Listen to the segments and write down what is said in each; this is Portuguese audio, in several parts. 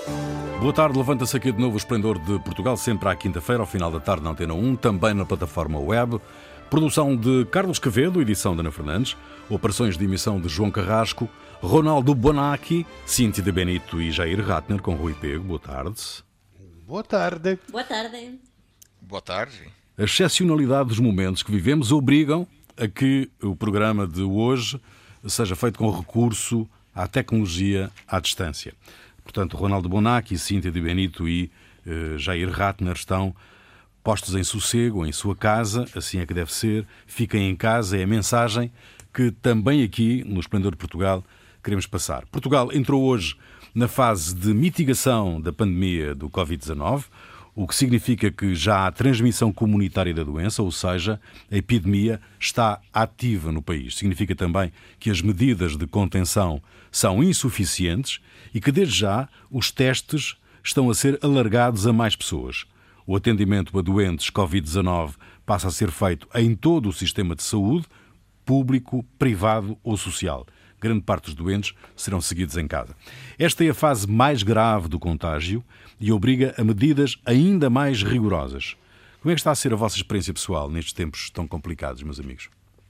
Boa tarde, levanta-se aqui de novo o Esplendor de Portugal, sempre à quinta-feira, ao final da tarde na Antena 1, também na plataforma web. Produção de Carlos Quevedo, edição de Ana Fernandes, operações de emissão de João Carrasco, Ronaldo Bonacci, Cíntia de Benito e Jair Ratner, com Rui Pego. Boa tarde. Boa tarde. Boa tarde. Boa tarde. A excepcionalidade dos momentos que vivemos obrigam a que o programa de hoje seja feito com recurso à tecnologia à distância. Portanto, Ronaldo Bonacci, Cíntia de Benito e Jair Ratner estão postos em sossego, em sua casa, assim é que deve ser. Fiquem em casa, é a mensagem que também aqui, no Esplendor de Portugal, queremos passar. Portugal entrou hoje na fase de mitigação da pandemia do Covid-19, o que significa que já há transmissão comunitária da doença, ou seja, a epidemia está ativa no país. Significa também que as medidas de contenção são insuficientes e que, desde já, os testes estão a ser alargados a mais pessoas. O atendimento a doentes Covid-19 passa a ser feito em todo o sistema de saúde, público, privado ou social. Grande parte dos doentes serão seguidos em casa. Esta é a fase mais grave do contágio e obriga a medidas ainda mais rigorosas. Como é que está a ser a vossa experiência pessoal nestes tempos tão complicados, meus amigos?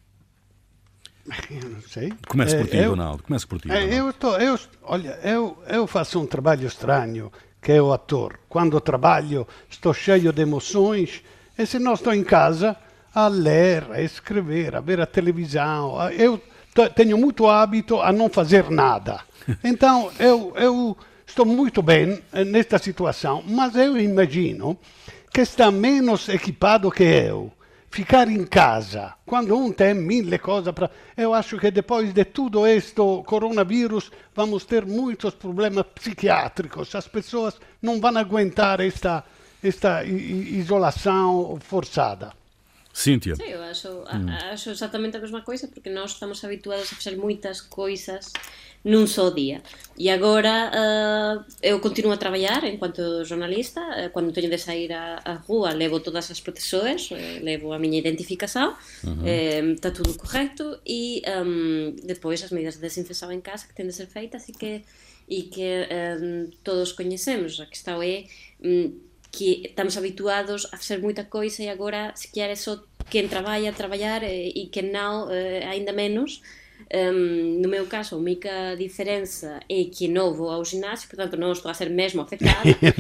Eu não sei. Comece por ti, Ronaldo. Comece por ti, Ronaldo. Eu faço um trabalho estranho, que é o ator. Quando trabalho, estou cheio de emoções, e se não estou em casa, a ler, a escrever, a ver a televisão. Eu tenho muito hábito a não fazer nada. Então, eu estou muito bem nesta situação, mas eu imagino que está menos equipado que eu. Ficar em casa, quando um tem 1000 coisas para... Eu acho que depois de tudo isto, coronavírus, vamos ter muitos problemas psiquiátricos. As pessoas não vão aguentar esta isolação forçada. Cíntia. Sim, eu acho exatamente a mesma coisa, porque nós estamos habituados a fazer muitas coisas num só dia. E agora eu continuo a trabalhar enquanto jornalista. Quando tenho de sair à rua, levo todas as proteções, levo a minha identificação, está tudo correto, e depois as medidas de desinfecção em casa que têm de ser feitas e que todos conhecemos. A questão é que estamos habituados a fazer muita coisa e agora, se quer, é só quem trabalha, trabalhar, e quem não, ainda menos. No meu caso, a única diferença é que não vou ao ginásio, portanto não estou a ser mesmo afetada.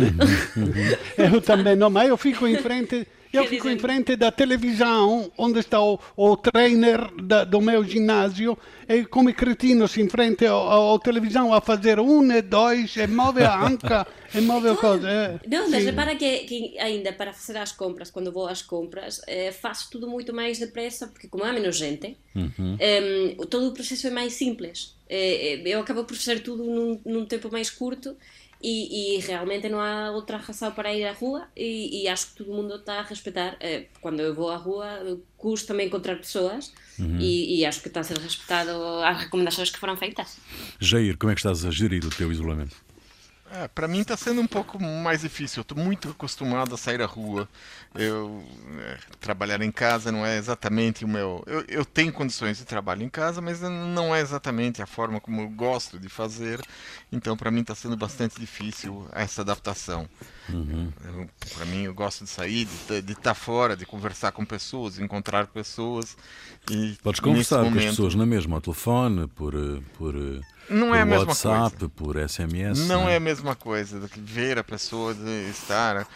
Eu também não, mas eu fico em frente... Eu fico em frente da televisão, onde está o trainer do meu ginásio, e como cretinos em frente à televisão a fazer 1 e 2, e move a anca, e move a coisa. Não, mas repara que ainda para fazer as compras, quando vou às compras, faço tudo muito mais depressa, porque como há menos gente, todo o processo é mais simples. Eu acabo por fazer tudo num tempo mais curto. E realmente não há outra razão para ir à rua, e acho que todo mundo está a respeitar. Quando eu vou à rua, custa-me encontrar pessoas, e acho que está a ser respeitado as recomendações que foram feitas. Jair, como é que estás a gerir o teu isolamento? Para mim está sendo um pouco mais difícil. Eu estou muito acostumado a sair à rua. Trabalhar em casa não é exatamente o meu... Eu tenho condições de trabalho em casa, mas não é exatamente a forma como eu gosto de fazer. Então, para mim está sendo bastante difícil essa adaptação. Para mim, eu gosto de sair, de estar fora, de conversar com pessoas, de encontrar pessoas. E podes conversar com as pessoas na mesma, ao telefone, por não é a mesma WhatsApp, coisa. por SMS. Não é a mesma coisa do que ver a pessoa de estar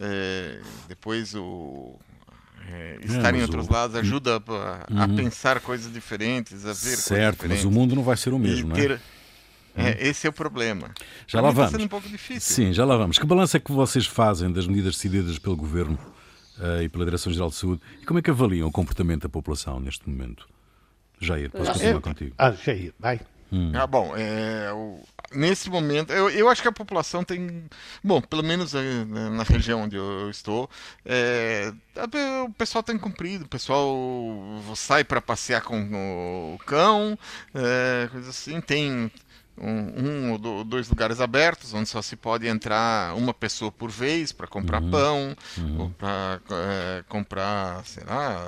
depois estar em outros lados ajuda a pensar coisas diferentes, a ver coisas diferentes. Certo, mas o mundo não vai ser o mesmo, não é? Esse é o problema. Já lá vamos. Está sendo um pouco difícil. Sim, já lá vamos. Que balanço é que vocês fazem das medidas decididas pelo Governo e pela Direção-Geral de Saúde? E como é que avaliam o comportamento da população neste momento? Jair, posso continuar contigo? Jair, vai. Bom, nesse momento, eu acho que a população tem, bom, pelo menos na região onde eu estou, o pessoal tem cumprido, o pessoal sai para passear com o cão, coisa assim, tem um ou 2 lugares abertos, onde só se pode entrar uma pessoa por vez para comprar pão, ou para comprar, sei lá...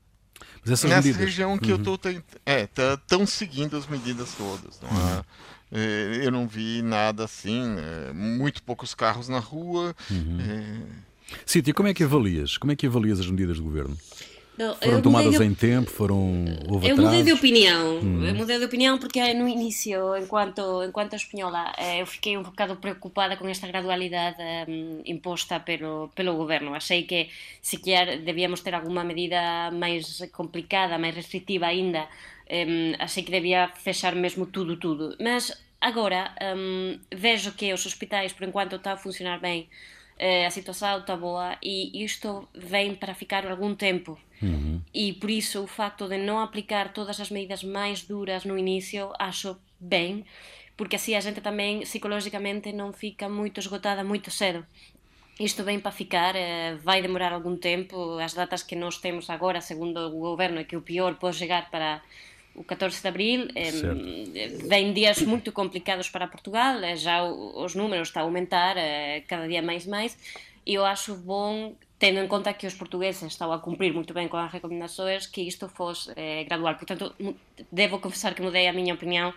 Nessa região que eu estou, estão seguindo as medidas todas. Não há, Eu não vi nada assim, muito poucos carros na rua. Cíntia, como é que avalias? Como é que avalias as medidas do governo? Não, Foram tomadas em tempo? Houve eu mudei de atrasos? opinião. Eu mudei de opinião porque no início, enquanto espanhola, eu fiquei um bocado preocupada com esta gradualidade imposta pelo governo. Achei que sequer devíamos ter alguma medida máis complicada, máis restrictiva aínda. Achei que debía fechar mesmo tudo. Mas agora vejo que os hospitais, por enquanto, está a funcionar ben. A situação está boa e isto vem para ficar algum tempo. E por isso o facto de não aplicar todas as medidas mais duras no início acho bem, porque assim a gente também psicologicamente não fica muito esgotada muito cedo. Isto vem para ficar, vai demorar algum tempo. As datas que nós temos agora, segundo o governo, é que o pior pode chegar para o 14 de abril. Vêm dias muito complicados para Portugal, já os números estão a aumentar cada dia mais, e eu acho bom, tendo em conta que os portugueses estão a cumprir muito bem com as recomendações, que isto fosse gradual. Portanto, devo confessar que mudei a minha opinião.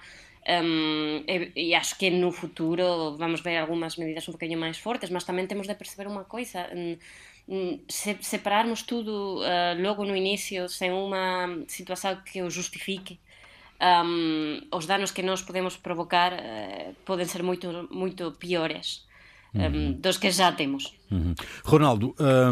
E acho que no futuro vamos ver algumas medidas um bocadinho mais fortes, mas também temos de perceber uma coisa: se separarmos tudo logo no início, sem uma situação que o justifique, os danos que nós podemos provocar podem ser muito piores dos que já temos. Ronaldo,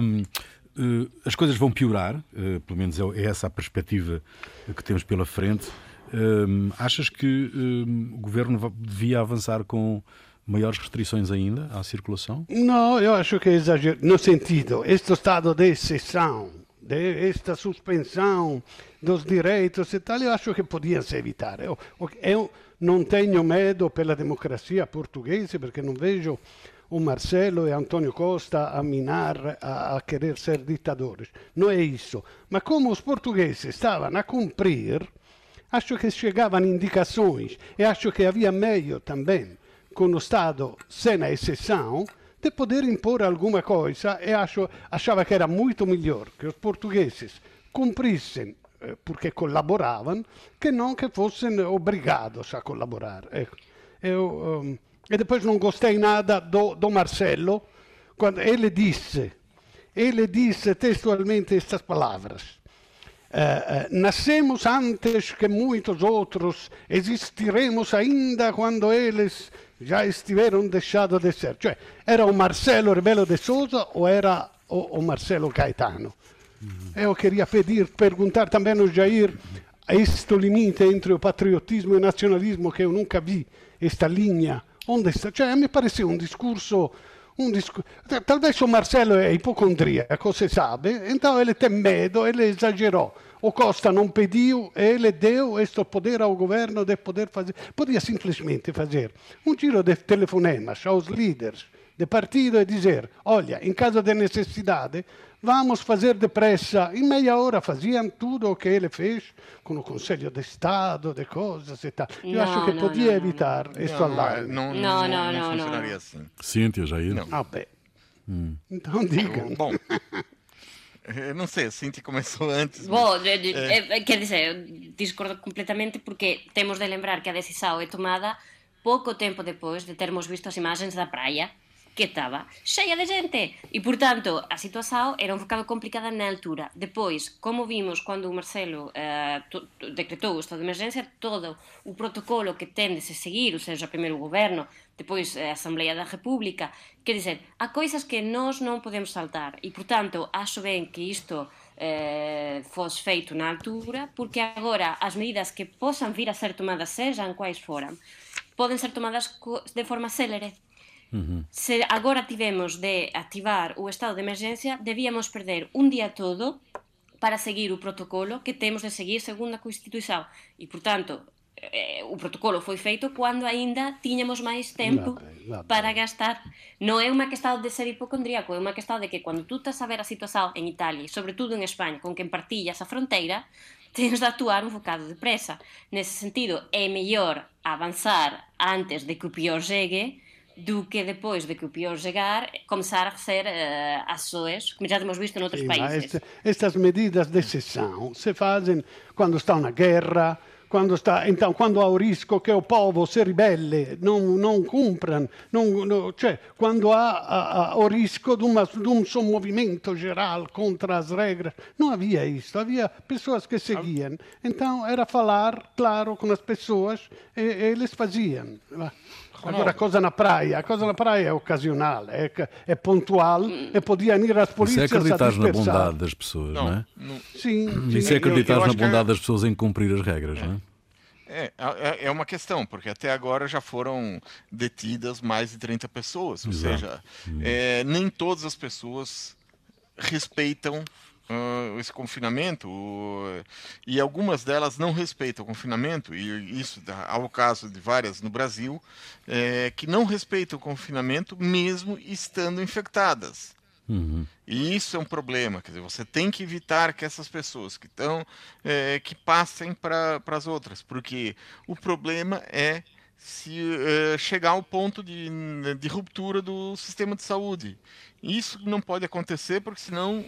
as coisas vão piorar, pelo menos é essa a perspectiva que temos pela frente. Achas que o governo devia avançar com maiores restrições ainda à circulação? No, eu acho que é exagero, no sentido, este estado de exceção, esta suspensão dos direitos e tal, eu acho que podia-se evitar. Eu não tenho medo pela democracia portuguesa, porque não vejo o Marcelo e António Costa a minar, a querer ser ditadores. Não é isso. Mas como os portugueses estavam a cumprir, acho que chegavam indicações e acho que havia meio também, com o Estado sem a exceção, de poder impor alguma coisa, e achava que era muito melhor que os portugueses cumprissem porque collaboravam, que não que fossem obrigados a collaborar. E depois não gostei nada do Marcelo, quando ele disse textualmente estas palavras: nascemos antes que muitos outros, existiremos ainda quando eles já estiveram deixados de ser. Cioè, era o Marcelo Rebelo de Sousa ou era o Marcelo Caetano? Eu queria perguntar também ao Jair, este limite entre o patriotismo e o nacionalismo que eu nunca vi, esta linha, onde está? Cioè, mi pareceu um discurso. Talvez o Marcelo é ipocondríaco, se sabe, então ele tem medo, ele exagerou. O Costa não pediu, ele deu este poder ao governo de poder fazer. Podia simplesmente fazer um giro de telefonemas aos líderes de partido e dizer: olha, em caso de necessidade, vamos fazer depressa. Em meia hora faziam tudo o que ele fez com o Conselho de Estado, de coisas e tal. Eu acho que podia evitar este alarme. Não funcionaria assim. Cíntia, Jair? Não. Ah, bem. Então digam. Bom, eu não sei, a Cíntia começou antes. Bom, quer dizer, eu discordo completamente, porque temos de lembrar que a decisão é tomada pouco tempo depois de termos visto as imagens da praia, que estaba cheia de xente e, portanto, a situación era un bocado complicada na altura. Depois, como vimos cando o Marcelo decretou o estado de emergencia, todo o protocolo que ten de se seguir, ou seja, primeiro o goberno, depois a Asamblea da República, quer dizer, há coisas que nós non podemos saltar e, portanto, acho ben que isto fos feito na altura, porque agora as medidas que posan vir a ser tomadas, sexan quais foran, poden ser tomadas de forma célere. Se agora tivemos de activar o estado de emergencia, debíamos perder un día todo para seguir o protocolo que temos de seguir segundo a Constitución. E, portanto, o protocolo foi feito cando aínda tiñamos máis tempo para gastar. Non é unha questão de ser hipocondríaco, é unha questão de que cando tú estás a ver a situación en Italia, e sobre tudo en España, con quen partillas a fronteira, tens de actuar un bocado depresa. Nese sentido, é mellor avanzar antes de que o pior chegue do que depois de que o pior chegar começar a ser ações, como já temos visto noutros países. Estas medidas de exceção se fazem quando está uma guerra, Então, quando há o risco che il povo si ribelle, non cumpran, cioè, quando há o risco de um movimento geral contra as regras, não havia isso, havia pessoas que seguiam. Então, era falar, claro, com as pessoas e eles faziam. Agora, a cosa na praia é ocasional, é pontual e podiam ir às polícias a dispersar. Isso é acreditar na bondade das pessoas, não é? Sim. Isso é acreditar na bondade das pessoas em cumprir as regras, não é? É uma questão, porque até agora já foram detidas mais de 30 pessoas, ou seja, nem todas as pessoas respeitam esse confinamento, e algumas delas não respeitam o confinamento, e isso há o caso de várias no Brasil, que não respeitam o confinamento mesmo estando infectadas. E isso é um problema, quer dizer, você tem que evitar que essas pessoas que passem para as outras, porque o problema é se chegar ao ponto de ruptura do sistema de saúde. Isso não pode acontecer, porque senão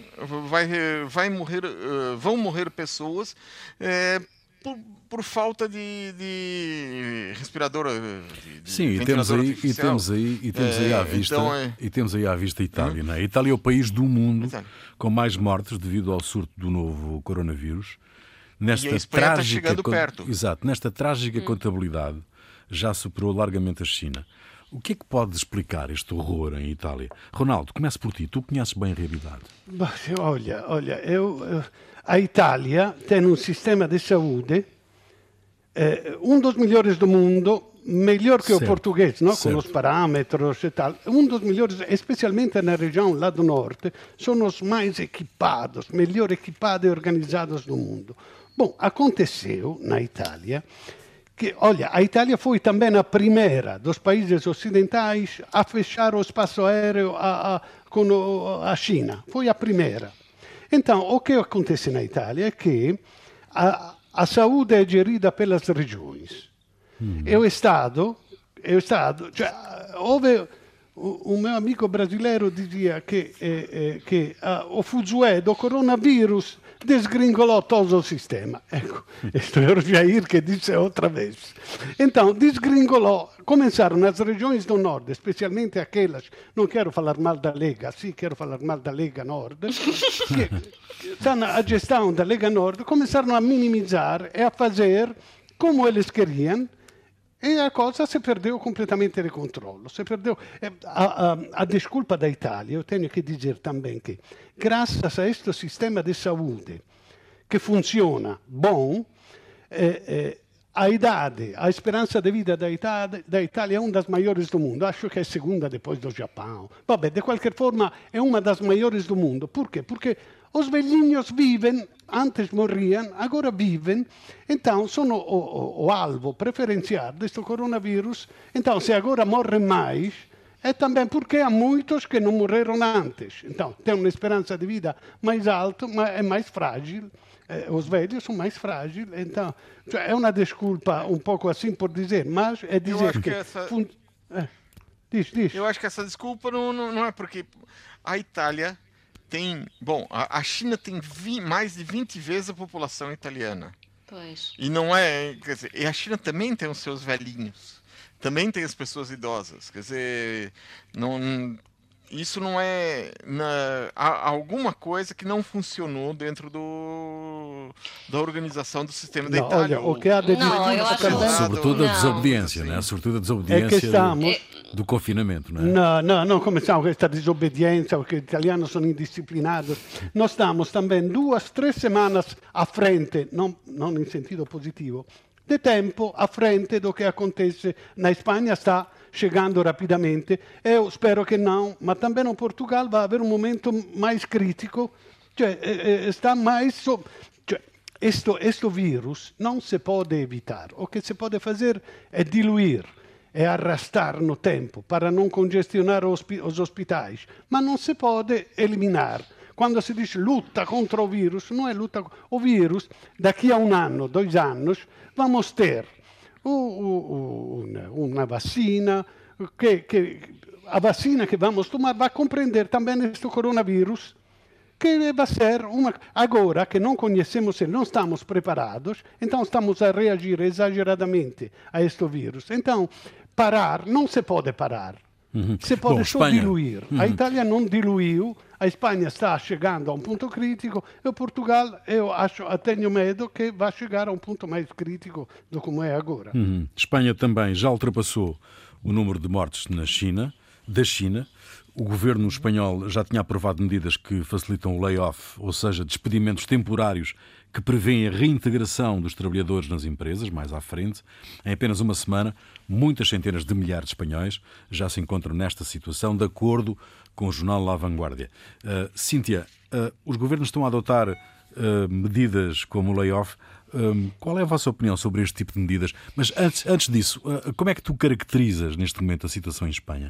vão morrer pessoas por falta de respirador, sim, temos aí à vista, então, temos aí à vista a Itália, não é? A Itália é o país do mundo com mais mortes devido ao surto do novo coronavírus. Nesta trágica, está perto. Exato, nesta trágica contabilidade já superou largamente a China. O que é que pode explicar este horror em Itália? Ronaldo, comece por ti. Tu conheces bem a realidade. Olha, a Itália tem um sistema de saúde um dos melhores do mundo, melhor que o português, não? Com os parâmetros e tal. Um dos melhores, especialmente na região lá do norte, são os mais equipados, melhor equipados e organizados do mundo. Bom, aconteceu na Itália que, olha, a Itália foi também a primeira dos países ocidentais a fechar o espaço aéreo com a China. Foi a primeira. Então, o que acontece na Itália é que a saúde é gerida pelas regiões. E o Estado, cioè, o meu amigo brasileiro dizia que o fuzué do coronavírus desgringolou todo o sistema. Ecco, isto é o Jair que disse outra vez. Então, desgringolou. Começaram nas regiões do Nord, especialmente aquelas, não quero falar mal da Lega, sim, quero falar mal da Lega Nord, que estão a gestão da Lega Nord, começaram a minimizar e a fazer como eles queriam, e a cosa si perdeu completamente di controllo. Si perdeu. A desculpa da Itália, eu tenho que dizer também que, graças a questo sistema de saúde que funciona bom, a idade, a esperança de vida da Itália é uma das maiores do mundo. Acho que é segunda depois do Japão. Vabbè, de qualquer forma, é uma das maiores do mundo. Por quê? Porque os velhinhos vivem, antes morriam, agora vivem, então sono o alvo preferencial deste coronavírus. Então, se agora morrem mais, é também porque há muitos que não morreram antes. Então, tem uma esperança de vida mais alta, mas é mais frágil. Os velhos são mais frágeis. Então, é uma desculpa um pouco assim por dizer, mas é dizer que... Diz. Eu acho que essa desculpa não é porque a Itália tem... Bom, a China tem mais de 20 vezes a população italiana. Pois. E não é... Quer dizer, e a China também tem os seus velhinhos. Também tem as pessoas idosas. Quer dizer, isso não é... Há alguma coisa que não funcionou dentro da organização do sistema da Itália. Olha, o que há de sobretudo a desobediência, né? Sobretudo a desobediência do confinamento, não é? Não começamos com esta desobediência, porque os italianos são indisciplinados. Nós estamos também 2, 3 semanas à frente, não em sentido positivo, de tempo à frente do que acontece na Espanha. Está chegando rapidamente. Eu spero che não, mas também no Portugal vai haver um momento mais crítico. Cioè, está mais... Este vírus não se pode evitar. O que se pode fazer é diluir, é arrastar no tempo para não congestionar os hospitais. Mas não se pode eliminar. Quando si dice luta contro o vírus, não é luta o vírus. Daqui a 1 anno, 2 anos, vamos ter uma vacina, a vacina que vamos tomar vai compreender também este coronavírus, que vai ser agora que não conhecemos ele, não estamos preparados, então estamos a reagir exageradamente a este vírus. Então, parar, não se pode parar. Se pode só diluir. A Itália não diluiu, a Espanha está chegando a um ponto crítico e o Portugal, eu tenho medo que vai chegar a um ponto mais crítico do como é agora. Espanha também já ultrapassou o número de mortes da China. O governo espanhol já tinha aprovado medidas que facilitam o layoff, ou seja, despedimentos temporários que prevêem a reintegração dos trabalhadores nas empresas, mais à frente. Em apenas uma semana, muitas centenas de milhares de espanhóis já se encontram nesta situação, de acordo com o jornal La Vanguardia. Cíntia, os governos estão a adotar medidas como o layoff. Qual é a vossa opinião sobre este tipo de medidas? Mas antes disso, como é que tu caracterizas neste momento a situação em Espanha?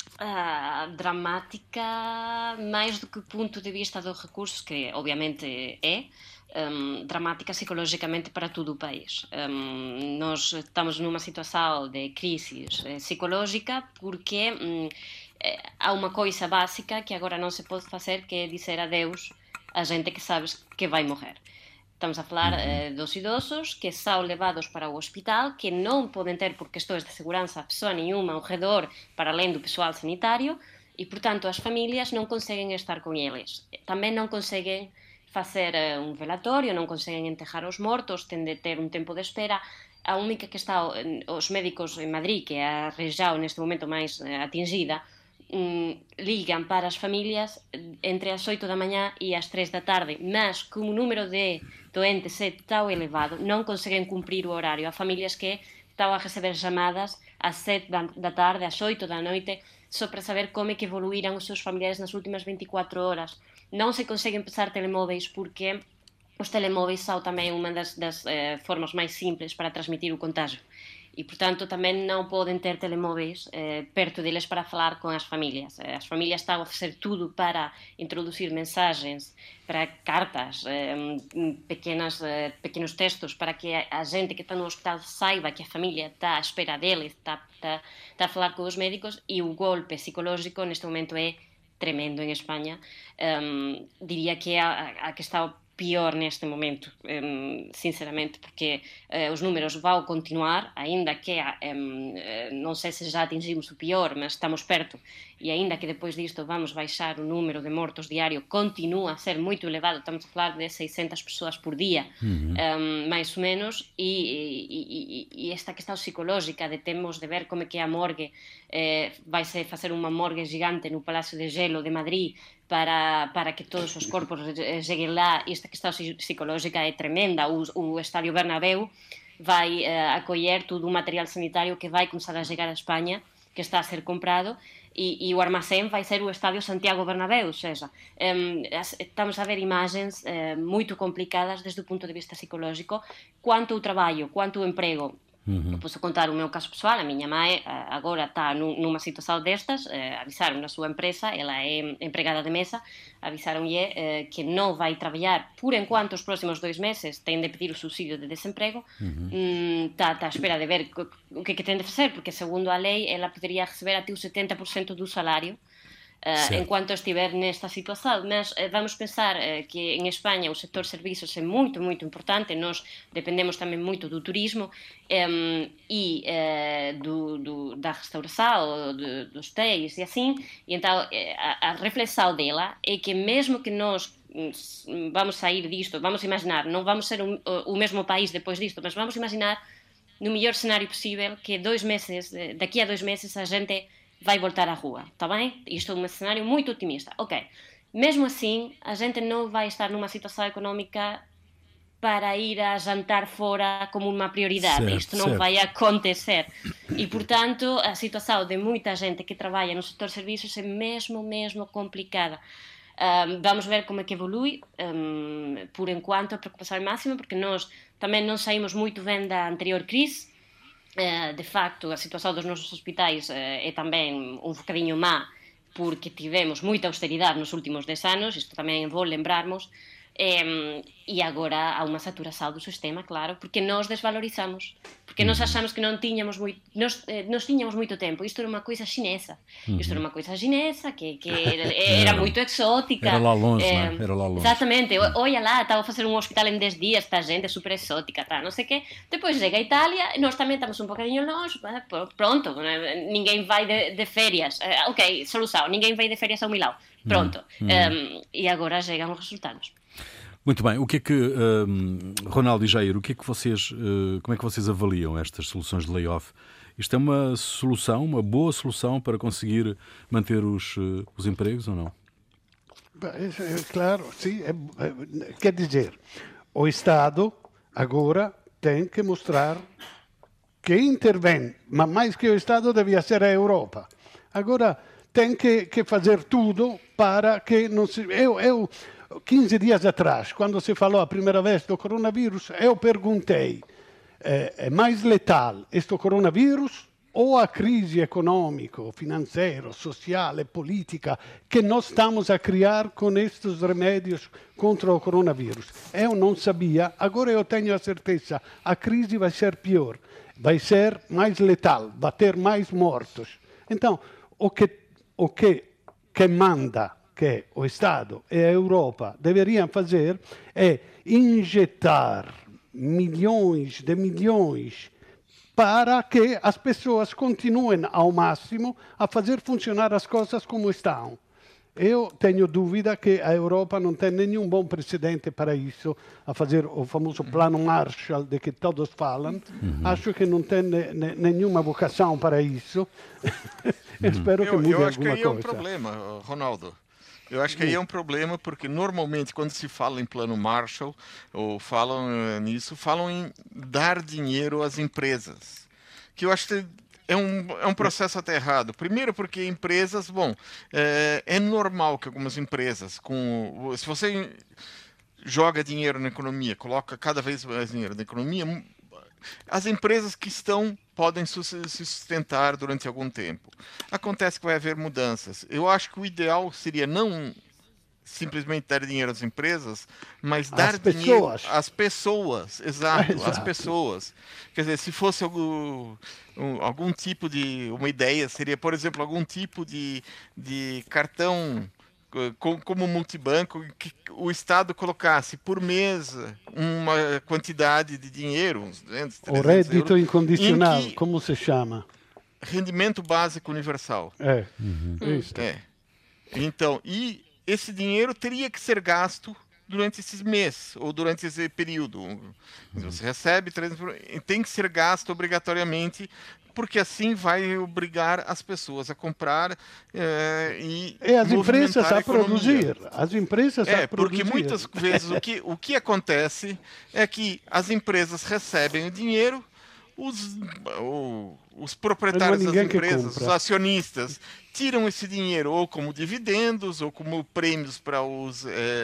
Dramática, mais do que o ponto de vista do recurso, que obviamente é, dramática psicologicamente para todo o país. Nós estamos numa situação de crise psicológica porque há uma coisa básica que agora não se pode fazer, que é dizer adeus a gente que sabes que vai morrer. Estamos a falar dos idosos que são levados para o hospital, que não podem ter por questões de segurança pessoa nenhuma ao redor para além do pessoal sanitário e, portanto, as famílias não conseguem estar com eles. Também não conseguem fazer um velatório, não conseguem enterrar os mortos, têm de ter um tempo de espera. A única que está, os médicos em Madrid, que é a região neste momento mais atingida, ligam para as famílias entre as 8 da manhã e as 3 da tarde, mas como o número de doentes é tão elevado, não conseguem cumprir o horário. Há famílias que estão a receber chamadas às 7 da tarde, às 8 da noite, só para saber como é que evoluíram os seus familiares nas últimas 24 horas. Não se conseguem passar telemóveis porque os telemóveis são também uma das formas mais simples para transmitir o contágio. E, portanto, também não podem ter telemóveis perto deles para falar com as famílias. As famílias estão a fazer tudo para introduzir mensagens, para cartas, pequenos textos, para que a gente que está no hospital saiba que a família está à espera deles, está a falar com os médicos, e o golpe psicológico neste momento é tremendo em Espanha. Diria que é a que está pior neste momento, sinceramente, porque os números vão continuar, ainda que não sei se já atingimos o pior, mas estamos perto, e ainda que depois disto vamos baixar o número de mortos diário, continua a ser muito elevado, estamos a falar de 600 pessoas por dia, mais ou menos, e esta questão psicológica de temos de ver como é que a morgue vai-se fazer uma morgue gigante no Palácio de Gelo de Madrid, para que todos os corpos cheguem lá. Esta questão psicológica é tremenda. O Estádio Bernabéu vai acolher todo o material sanitário que vai começar a chegar à Espanha, que está a ser comprado, e o armazém vai ser o Estádio Santiago Bernabéu. Ou seja, estamos a ver imagens muito complicadas desde o ponto de vista psicológico. Quanto ao trabalho, quanto ao emprego. Eu posso contar o meu caso pessoal. A minha mãe agora está numa situação destas. Avisaram na sua empresa, ela é empregada de mesa, avisaram-lhe que não vai trabalhar por enquanto os próximos 2 meses, tem de pedir o subsídio de desemprego. Está à espera de ver o que tem de fazer, porque segundo a lei ela poderia receber até o 70% do salário enquanto estiver nesta situação. Mas vamos pensar que em Espanha o setor serviços é muito, muito importante. Nós dependemos também muito do turismo e da restauração, dos hotéis e assim. E então a reflexão dela é que mesmo que nós vamos sair disto, vamos imaginar, não vamos ser o mesmo país depois disto, mas vamos imaginar no melhor cenário possível que daqui a 2 meses a gente vai voltar à rua, está bem? Isto é um cenário muito otimista. Ok, mesmo assim, a gente não vai estar numa situação económica para ir a jantar fora como uma prioridade. Certo, isto não vai acontecer. E, portanto, a situação de muita gente que trabalha no setor de serviços é mesmo complicada. Vamos ver como é que evolui. Por enquanto, a preocupação é máxima, porque nós também não saímos muito bem da anterior crise. De facto, a situação dos nossos hospitais é também um bocadinho má, porque tivemos muita austeridade nos últimos 10 anos, isto também é bom lembrarmos, E agora há uma saturação do sistema, claro, porque nós desvalorizamos. Porque nós achamos que não tínhamos muito... Nós tínhamos muito tempo. Isto era uma coisa chinesa. Isto era uma coisa chinesa que era muito exótica. Era lá longe, não é? Era lá longe. Exatamente. Olha lá, estava a fazer um hospital em 10 dias, esta gente é super exótica, tá, não sei o quê. Depois chega a Itália, nós também estamos um bocadinho longe, pronto, ninguém vai de férias. Ok, solução, ninguém vai de férias ao Milão. Pronto. E agora chegam os resultados. Muito bem. O que é que, Ronaldo e Jair, o que é que vocês, como é que vocês avaliam estas soluções de layoff? Isto é uma solução, uma boa solução para conseguir manter os empregos ou não? Claro, sim. Quer dizer, o Estado agora tem que mostrar que intervém, mas mais que o Estado devia ser a Europa. Agora tem que fazer tudo para que não se... 15 dias atrás, quando se falou a primeira vez do coronavírus, eu perguntei, é mais letal este coronavírus ou a crise econômica, financeira, social e política que nós estamos a criar com estes remédios contra o coronavírus? Eu não sabia, agora eu tenho a certeza, a crise vai ser pior, vai ser mais letal, vai ter mais mortos. Então, o que manda que o Estado e a Europa deveriam fazer é injetar milhões de milhões para que as pessoas continuem ao máximo a fazer funcionar as coisas como estão. Eu tenho dúvida que a Europa não tem nenhum bom precedente para isso, a fazer o famoso plano Marshall de que todos falam. Acho que não tem nenhuma vocação para isso. Espero que mude alguma coisa. Eu acho que aí é um problema, Ronaldo. Eu acho que aí é um problema porque normalmente quando se fala em plano Marshall ou falam nisso, falam em dar dinheiro às empresas, que eu acho que é um processo até errado. Primeiro porque empresas, é normal que algumas empresas, se você joga dinheiro na economia, coloca cada vez mais dinheiro na economia, as empresas que podem se sustentar durante algum tempo. Acontece que vai haver mudanças. Eu acho que o ideal seria não simplesmente dar dinheiro às empresas, mas dar dinheiro às pessoas. Exato, às pessoas. Quer dizer, se fosse algum tipo de... Uma ideia seria, por exemplo, algum tipo de cartão como multibanco, que o Estado colocasse por mês uma quantidade de dinheiro, uns 200, 300 o rédito euros, incondicional, como se chama? Rendimento básico universal. Isso. Então, e esse dinheiro teria que ser gasto durante esses meses, ou durante esse período. Você recebe, tem que ser gasto obrigatoriamente, porque assim vai obrigar as pessoas a comprar e as empresas a produzir. As empresas a produzir. Porque muitas vezes o que acontece é que as empresas recebem o dinheiro, os proprietários das empresas, os acionistas, tiram esse dinheiro ou como dividendos ou como prêmios para os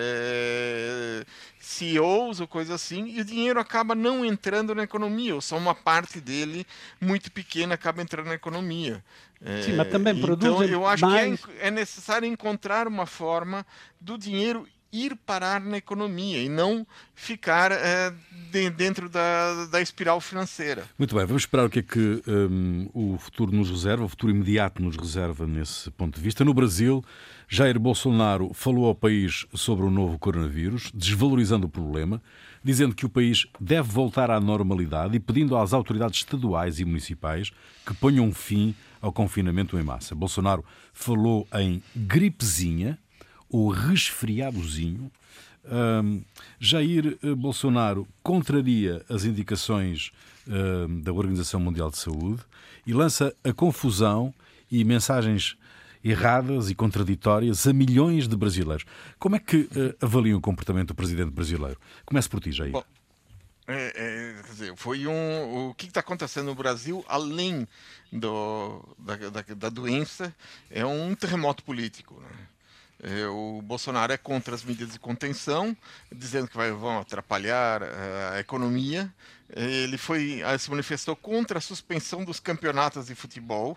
CEOs ou coisa assim, e o dinheiro acaba não entrando na economia, ou só uma parte dele, muito pequena, acaba entrando na economia. Sim, mas também então eu acho que é necessário encontrar uma forma do dinheiro ir parar na economia e não ficar dentro da espiral financeira. Muito bem, vamos esperar o que é que o futuro nos reserva, o futuro imediato nos reserva nesse ponto de vista. No Brasil, Jair Bolsonaro falou ao país sobre o novo coronavírus, desvalorizando o problema, dizendo que o país deve voltar à normalidade e pedindo às autoridades estaduais e municipais que ponham fim ao confinamento em massa. Bolsonaro falou em gripezinha, ou resfriadozinho. Jair Bolsonaro contraria as indicações da Organização Mundial de Saúde e lança a confusão e mensagens erradas e contraditórias a milhões de brasileiros. Como é que avaliam o comportamento do presidente brasileiro? Comece por ti, Jair. Bom, quer dizer, o que está acontecendo no Brasil, além da doença, é um terremoto político, né? O Bolsonaro é contra as medidas de contenção, dizendo que vão atrapalhar a economia. Ele se manifestou contra a suspensão dos campeonatos de futebol.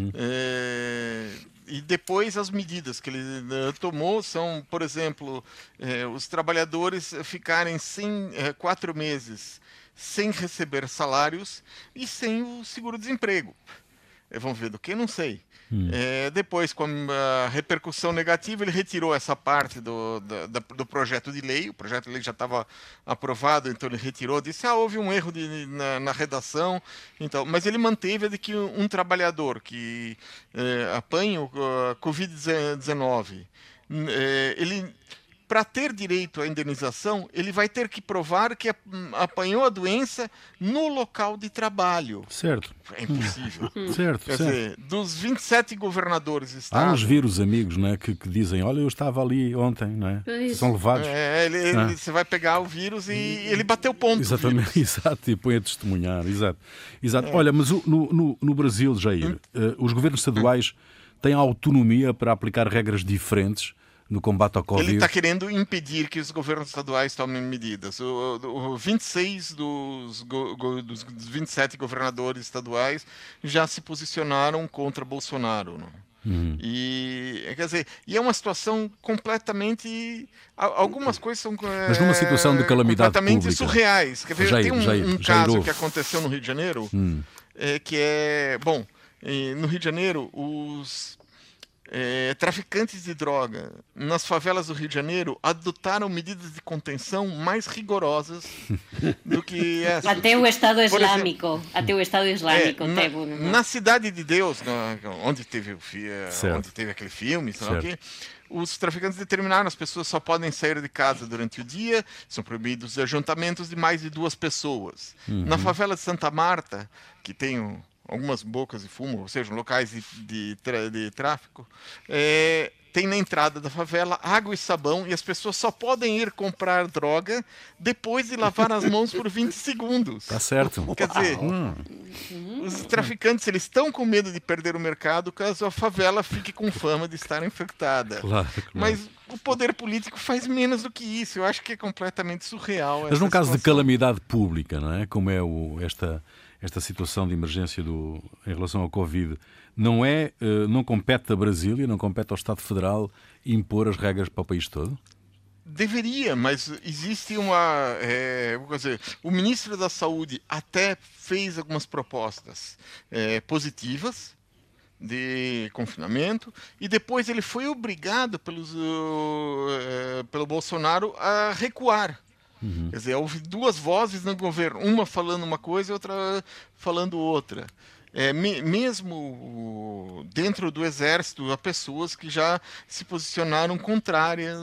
E depois as medidas que ele tomou são, por exemplo, os trabalhadores ficarem 4 meses sem receber salários e sem o seguro-desemprego. Vamos ver do que? Não sei. Depois, com a repercussão negativa, ele retirou essa parte do projeto de lei. O projeto de lei já estava aprovado, então ele retirou, disse, houve um erro na redação. Então, mas ele manteve a de que um trabalhador que apanha o Covid-19, ele... Para ter direito à indenização, ele vai ter que provar que apanhou a doença no local de trabalho. Certo. É impossível. Certo, Quer dizer, dos 27 governadores estados... Há uns vírus amigos, não é, que dizem, olha, eu estava ali ontem, não é? São levados. Você vai pegar o vírus e ele bateu ponto. Exatamente, exato, e põe a testemunhar. Exato. Olha, mas no Brasil, Jair, os governos estaduais têm autonomia para aplicar regras diferentes no combate ao Covid. Ele está querendo impedir que os governos estaduais tomem medidas. 26 dos 27 governadores estaduais já se posicionaram contra Bolsonaro. Não? E é uma situação completamente... Algumas coisas são mas numa situação de calamidade completamente pública, surreais. Tem um caso que aconteceu no Rio de Janeiro, que é... Bom, no Rio de Janeiro, os... traficantes de droga nas favelas do Rio de Janeiro adotaram medidas de contenção mais rigorosas do que essa. Até o Estado Islâmico. Até o Estado Islâmico teve. Na Cidade de Deus, onde teve aquele filme, os traficantes determinaram que as pessoas só podem sair de casa durante o dia, são proibidos ajuntamentos de mais de 2 pessoas. Na favela de Santa Marta, que tem algumas bocas de fumo, ou seja, locais de tráfico, tem na entrada da favela água e sabão e as pessoas só podem ir comprar droga depois de lavar as mãos por 20 segundos. Tá certo. Quer dizer, os traficantes eles estão com medo de perder o mercado caso a favela fique com fama de estar infectada. Claro. Mas o poder político faz menos do que isso. Eu acho que é completamente surreal. Mas num caso de calamidade pública, não é? Como é esta situação de emergência em relação ao Covid, não compete a Brasília, não compete ao Estado Federal impor as regras para o país todo? Deveria, mas existe o ministro da Saúde até fez algumas propostas positivas de confinamento e depois ele foi obrigado pelo Bolsonaro a recuar. Quer dizer, houve 2 vozes no governo, uma falando uma coisa e outra falando outra. Mesmo dentro do Exército, há pessoas que já se posicionaram contrárias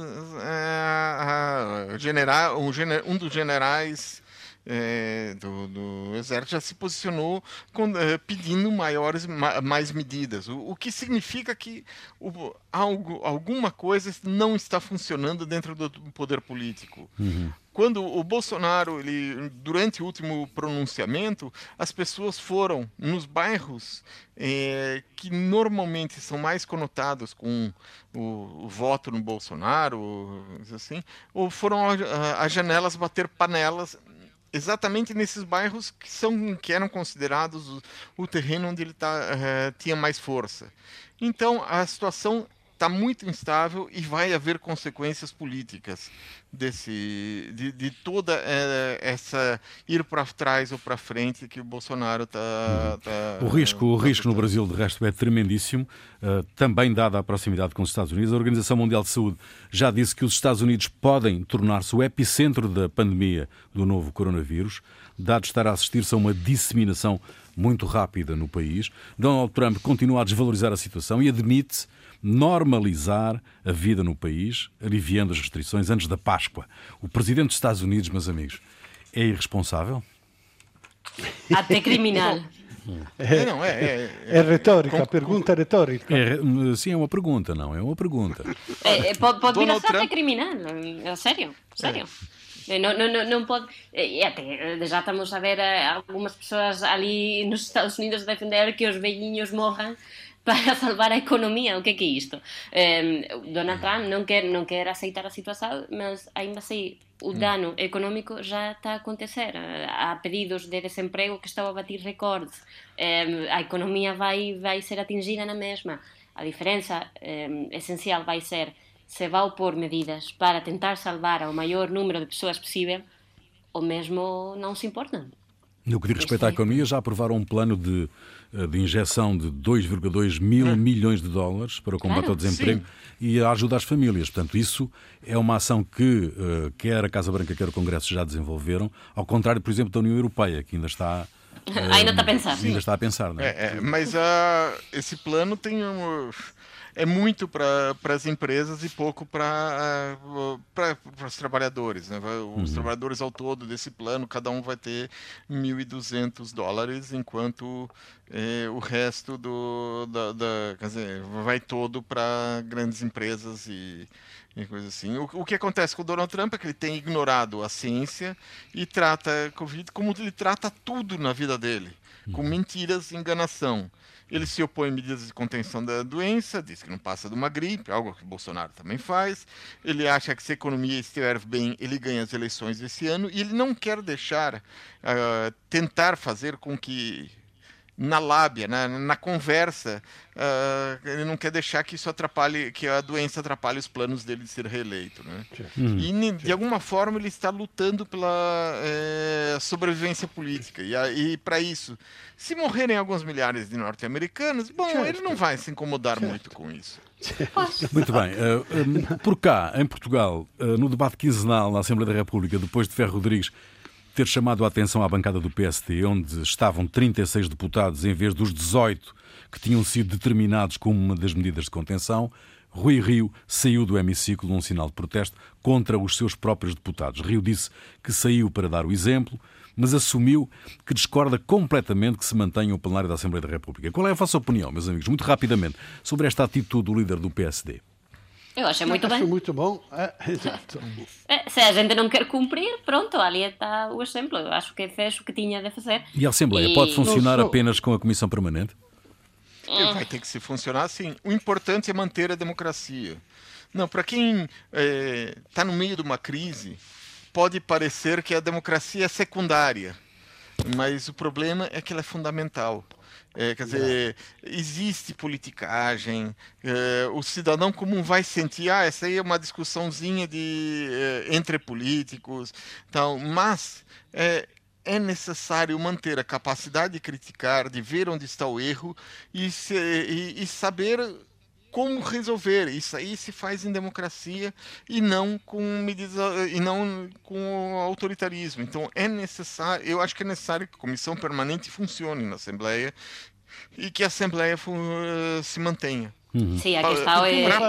um dos generais do Exército já se posicionou pedindo mais medidas, o que significa que alguma coisa não está funcionando dentro do poder político. Quando o Bolsonaro, durante o último pronunciamento, as pessoas foram nos bairros que normalmente são mais conotados com o voto no Bolsonaro, assim, ou foram às janelas bater panelas, exatamente nesses bairros que eram considerados o terreno onde ele tinha mais força. Então, a situação está muito instável e vai haver consequências políticas de toda essa ir para trás ou para frente que o Bolsonaro está... O risco no Brasil, de resto, é tremendíssimo, também dada a proximidade com os Estados Unidos. A Organização Mundial de Saúde já disse que os Estados Unidos podem tornar-se o epicentro da pandemia do novo coronavírus, dado estar a assistir-se a uma disseminação muito rápida no país. Donald Trump continua a desvalorizar a situação e admite normalizar a vida no país, aliviando as restrições antes da Páscoa. O presidente dos Estados Unidos, meus amigos, é irresponsável? Até criminal. É retórica, a pergunta é retórica. Sim, é uma pergunta, não, é uma pergunta. Pode vir a ser até criminal, sério. Não pode. E até já estamos a ver algumas pessoas ali nos Estados Unidos a defender que os velhinhos morram para salvar a economia. O que é isto? Donald Trump não quer aceitar a situação, mas ainda assim o dano económico já está a acontecer. Há pedidos de desemprego que estão a bater recordes. A economia vai ser atingida na mesma. A diferença essencial vai ser se vai opor medidas para tentar salvar ao maior número de pessoas possível ou mesmo não se importam. No que diz respeito à economia, já aprovaram um plano de injeção de 2,2 mil milhões de dólares para o combate ao desemprego e a ajuda às famílias. Portanto, isso é uma ação que quer a Casa Branca, quer o Congresso já desenvolveram, ao contrário, por exemplo, da União Europeia, que ainda está... ainda está a pensar. Ainda está a pensar, não é? Mas esse plano tem é muito para as empresas e pouco para os trabalhadores, né? Os trabalhadores ao todo desse plano, cada um vai ter $1.200, enquanto o resto quer dizer, vai todo para grandes empresas e coisa assim. O que acontece com o Donald Trump é que ele tem ignorado a ciência e trata a Covid como ele trata tudo na vida dele, com mentiras e enganação. Ele se opõe a medidas de contenção da doença, diz que não passa de uma gripe, algo que o Bolsonaro também faz. Ele acha que se a economia estiver bem, ele ganha as eleições esse ano. E ele não quer deixar, tentar fazer com que, na lábia, na conversa, ele não quer deixar que isso atrapalhe, que a doença atrapalhe os planos dele de ser reeleito, né? E de alguma forma ele está lutando pela sobrevivência política. E para isso, se morrerem alguns milhares de norte-americanos, bom, ele não vai se incomodar muito com isso. Muito bem. Por cá, em Portugal, no debate quinzenal na Assembleia da República, depois de Ferro Rodrigues ter chamado a atenção à bancada do PSD, onde estavam 36 deputados em vez dos 18 que tinham sido determinados como uma das medidas de contenção, Rui Rio saiu do hemiciclo num sinal de protesto contra os seus próprios deputados. Rio disse que saiu para dar o exemplo, mas assumiu que discorda completamente que se mantenha o plenário da Assembleia da República. Qual é a vossa opinião, meus amigos, muito rapidamente, sobre esta atitude do líder do PSD? Eu acho muito bem. Acho muito bom, exato. Se a gente não quer cumprir, pronto, ali está o exemplo. Eu acho que fez o que tinha de fazer. E a Assembleia pode funcionar apenas com a Comissão Permanente? Vai ter que se funcionar assim. O importante é manter a democracia. Não, para quem está no meio de uma crise, pode parecer que a democracia é secundária, mas o problema é que ela é fundamental. Quer dizer, existe politicagem, o cidadão comum vai sentir, essa aí é uma discussãozinha entre políticos, então, mas é necessário manter a capacidade de criticar, de ver onde está o erro e saber como resolver. Isso aí se faz em democracia e não com medidas, e não com autoritarismo. Então eu acho que é necessário que a comissão permanente funcione na Assembleia e que a Assembleia se mantenha. Sí, a questão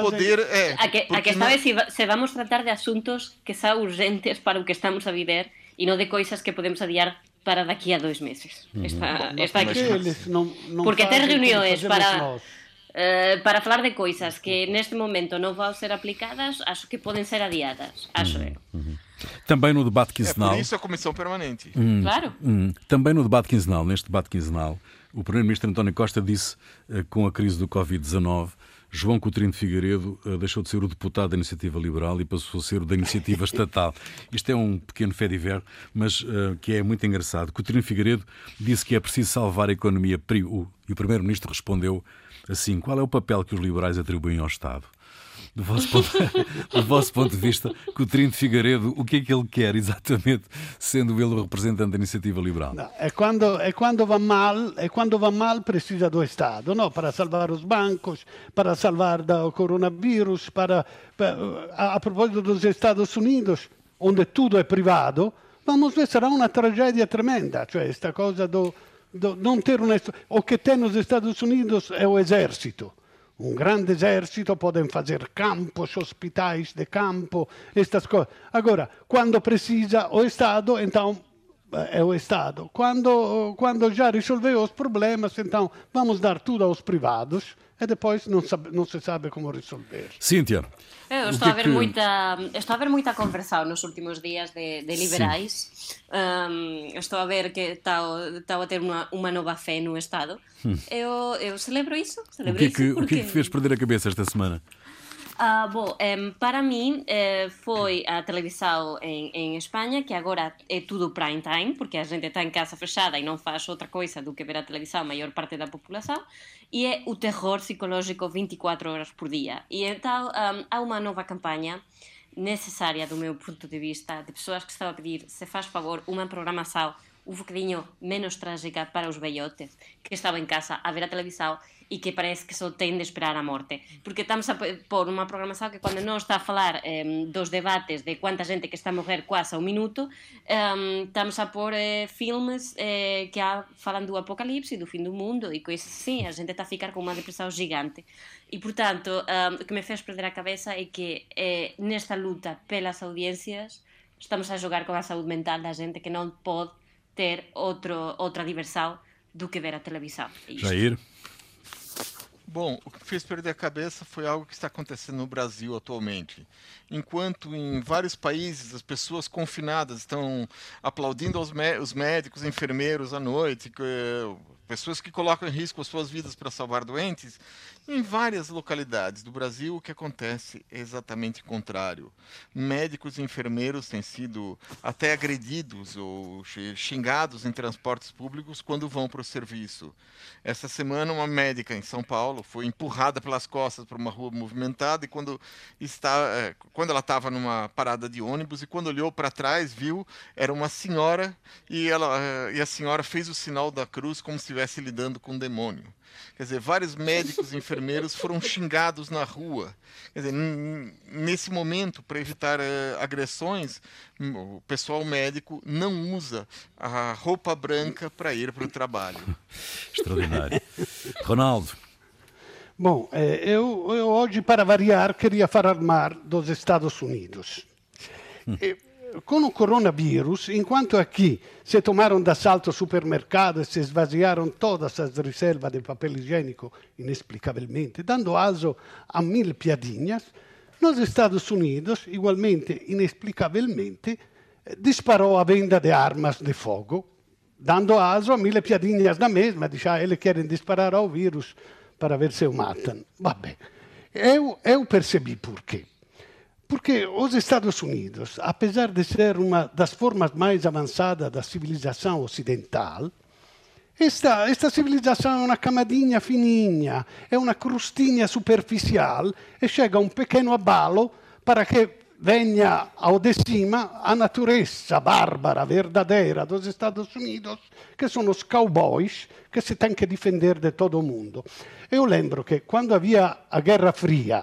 é se vamos tratar de asuntos que são urgentes para o que estamos a viver e não de coisas que podemos adiar para daqui a 2 meses. Esta porque ter reuniões para falar de coisas que neste momento não vão ser aplicadas, acho que podem ser adiadas, acho eu. Também no debate quinzenal... por isso a comissão permanente. Claro. Também no debate quinzenal, neste debate quinzenal, o primeiro-ministro António Costa disse, com a crise do Covid-19, João Coutinho de Figueiredo deixou de ser o deputado da Iniciativa Liberal e passou a ser o da Iniciativa Estatal. Isto é um pequeno fait divers, mas que é muito engraçado. Coutinho de Figueiredo disse que é preciso salvar a economia e o primeiro-ministro respondeu assim: qual é o papel que os liberais atribuem ao Estado? Do vosso ponto de vista, Coutinho de Figueiredo, o que é que ele quer exatamente, sendo ele o representante da Iniciativa Liberal? No, quando va mal precisa do Estado, no? Para salvar os bancos, para salvar do coronavírus, a propósito dos Estados Unidos, onde tudo é privado, vamos ver, será uma tragédia tremenda, cioè esta coisa do não ter o que tem nos Estados Unidos é o exército. Um grande exército, podem fazer campos, hospitais de campo, estas coisas. Agora, quando precisa o Estado, então é o Estado. Quando já resolveu os problemas, então vamos dar tudo aos privados e depois não se sabe como resolver. Cíntia. Eu estou a ver muita conversão nos últimos dias de liberais. Estou a ver que está a ter uma nova fé no Estado. Eu celebro isso. O que é que fez perder a cabeça esta semana? Bom, para mim foi a televisão em Espanha, que agora é tudo prime time, porque a gente está em casa fechada e não faz outra coisa do que ver a televisão, a maior parte da população, e é o terror psicológico 24 horas por dia. E então há uma nova campanha necessária, do meu ponto de vista, de pessoas que estão a pedir, se faz favor, uma programação um bocadinho menos trágica para os velhotes que estavam em casa a ver a televisão e que parece que só têm de esperar a morte. Porque estamos a pôr uma programação que, quando não está a falar dos debates de quanta gente que está a morrer quase ao minuto, estamos a pôr filmes que falam do apocalipse, do fim do mundo e coisas assim. A gente está a ficar com uma depressão gigante. E, portanto, o que me fez perder a cabeça é que nesta luta pelas audiências estamos a jogar com a saúde mental da gente que não pode ter outra diversão do que ver a televisão. Jair? Bom, o que fez perder a cabeça foi algo que está acontecendo no Brasil atualmente. Enquanto em vários países as pessoas confinadas estão aplaudindo os médicos, enfermeiros à noite, pessoas que colocam em risco as suas vidas para salvar doentes, em várias localidades do Brasil o que acontece é exatamente o contrário. Médicos e enfermeiros têm sido até agredidos ou xingados em transportes públicos quando vão para o serviço. Essa semana uma médica em São Paulo foi empurrada pelas costas por uma rua movimentada e quando ela estava numa parada de ônibus e quando olhou para trás viu, era uma senhora e a senhora fez o sinal da cruz como se estivesse lidando com um demônio. Quer dizer, vários médicos e enfermeiros foram xingados na rua. Quer dizer, nesse momento, para evitar agressões, o pessoal médico não usa a roupa branca para ir para o trabalho. Extraordinário. Ronaldo. Bom, eu hoje, para variar, queria falar mal dos Estados Unidos. Com o coronavírus, enquanto aqui se tomaram de assalto supermercados e se esvaziaram todas as reservas de papel higiênico inexplicavelmente, dando aso a 1000 piadinhas, nos Estados Unidos, igualmente inexplicavelmente, disparou a venda de armas de fogo, dando aso a 1000 piadinhas da mesma, dice, eles querem disparar ao vírus para ver se o matam. Vabbè, eu percebi por quê. Porque os Estados Unidos, apesar de ser uma das formas mais avançadas da civilização ocidental, esta civilização é uma camadinha fininha, é uma crustinha superficial e chega a um pequeno abalo para que venha ao de cima a natureza bárbara, verdadeira dos Estados Unidos, que são os cowboys que se têm que defender de todo o mundo. Eu lembro que quando havia a Guerra Fria,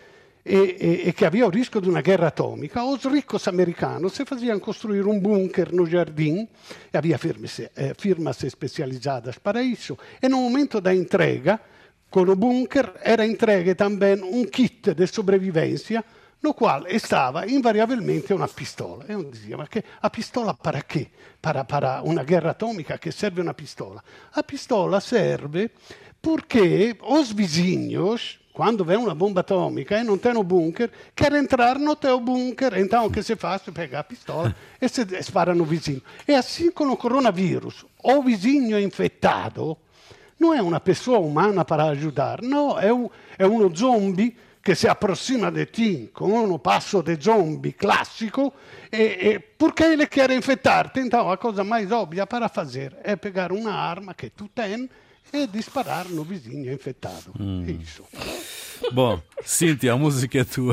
e che aveva il rischio di una guerra atomica, os ricos americanos se faziam construir um bunker no jardim, e havia firmas especializadas para isso, e no momento da entrega, com o bunker, era entregue também um kit de sobrevivência, no qual estava invariavelmente una pistola. E uno dizia, ma che, a pistola para quê? Para una guerra atomica che serve una pistola? A pistola serve porque os vizinhos, quando vem uma bomba atômica e não tem no bunker, quer entrar no teu bunker. Então, o que se faz? Se pega a pistola e se spara no vizinho. E assim com o coronavírus, o vizinho infectado não é uma pessoa humana para ajudar, não, é um zombie che si approssima di te con un passo di zombie classico perché ele quer infettar-te. Então, a coisa mais óbvia para fazer é pegar uma arma que tu tens e disparar no vizinho infectado. Isso. Bom, Cíntia, a música é tua.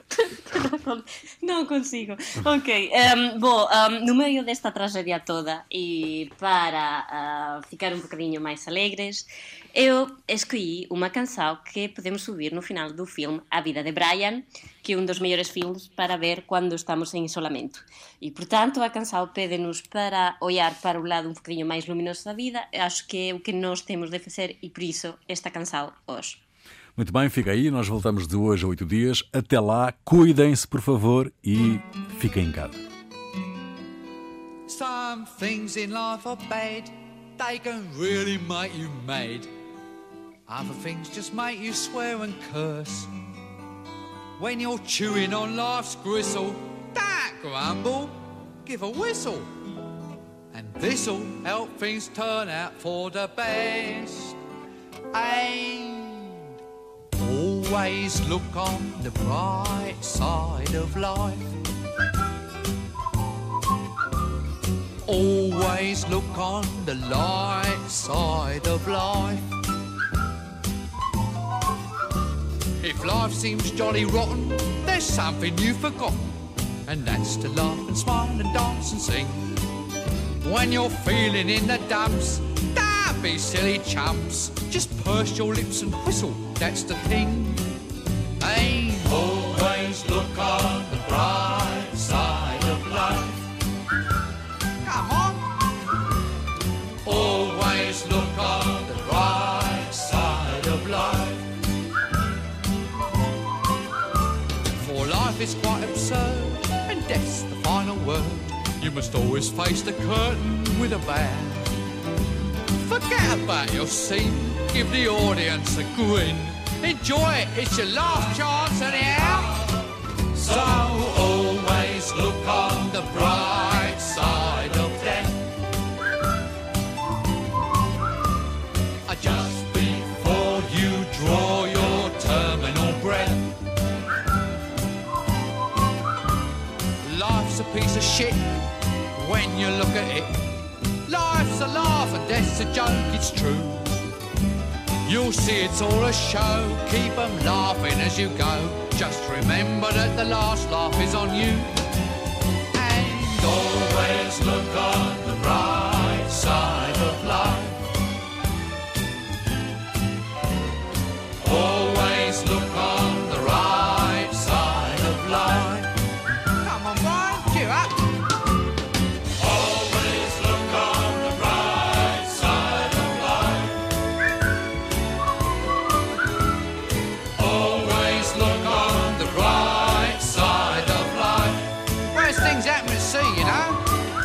Não consigo. Ok. No meio desta tragédia toda e para ficar um bocadinho mais alegres, eu escolhi uma canção que podemos ouvir no final do filme A Vida de Brian, que é um dos melhores filmes para ver quando estamos em isolamento. E, portanto, a canção pede-nos para olhar para o lado um bocadinho mais luminoso da vida. Acho que é o que nós temos de fazer e, por isso, esta canção hoje. Muito bem, fica aí. Nós voltamos de hoje a 8 dias. Até lá, cuidem-se, por favor, e fiquem em casa. Some things in life are bad, they can really make you mad. Other things just make you swear and curse. When you're chewing on life's gristle, don't grumble, give a whistle. And this'll help things turn out for the best. And always look on the bright side of life. Always look on the light side of life. If life seems jolly rotten, there's something you've forgotten, and that's to laugh and smile and dance and sing. When you're feeling in the dumps, don't be silly chumps. Just purse your lips and whistle, that's the thing. Hey, always look on the bright side of life. Come on. Always look on the bright side of life. For life is quite absurd, and death's the final word. You must always face the curtain with a bow. Forget about your scene, give the audience a grin. Enjoy it, it's your last chance anyhow. So always look on the bright side of death. Just before you draw your terminal breath. Life's a piece of shit when you look at it. Life's a laugh and death's a joke, it's true. You'll see it's all a show, keep 'em laughing as you go. Just remember that the last laugh is on you. And always look on the bright side of life. Always look on the right side of life. Come on, Brian, cheer up. Always look on the right side of life. Always look on the right side of life. Worst things happen at sea, you know.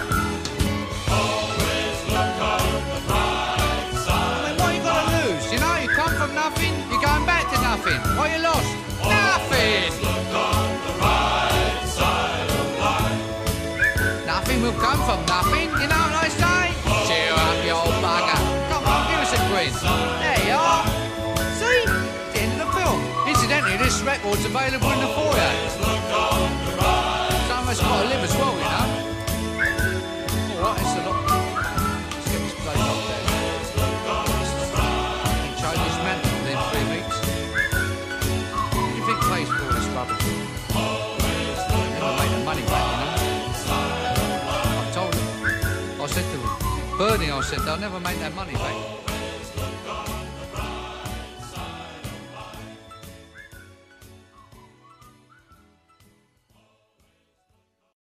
Always look on the right side. I mean, what you got to lose? You know, you come from nothing, you're going back to nothing. What you lost? Nothing. Look on the right side of life. Nothing will come from nothing, you know what I say? Cheer up, you old bugger. Come on, give us a grin. There you are. See? It's the end of the film. Incidentally, this record's available in the foyer. Some of us got to live as well, you know. Alright, it's a lot. Let's get this place up there. Change this mantle within 3 weeks. What do you think pays for all this rubbish? Never made the money back, you know. I told him. I said to Bernie, I said, they'll never make that money back.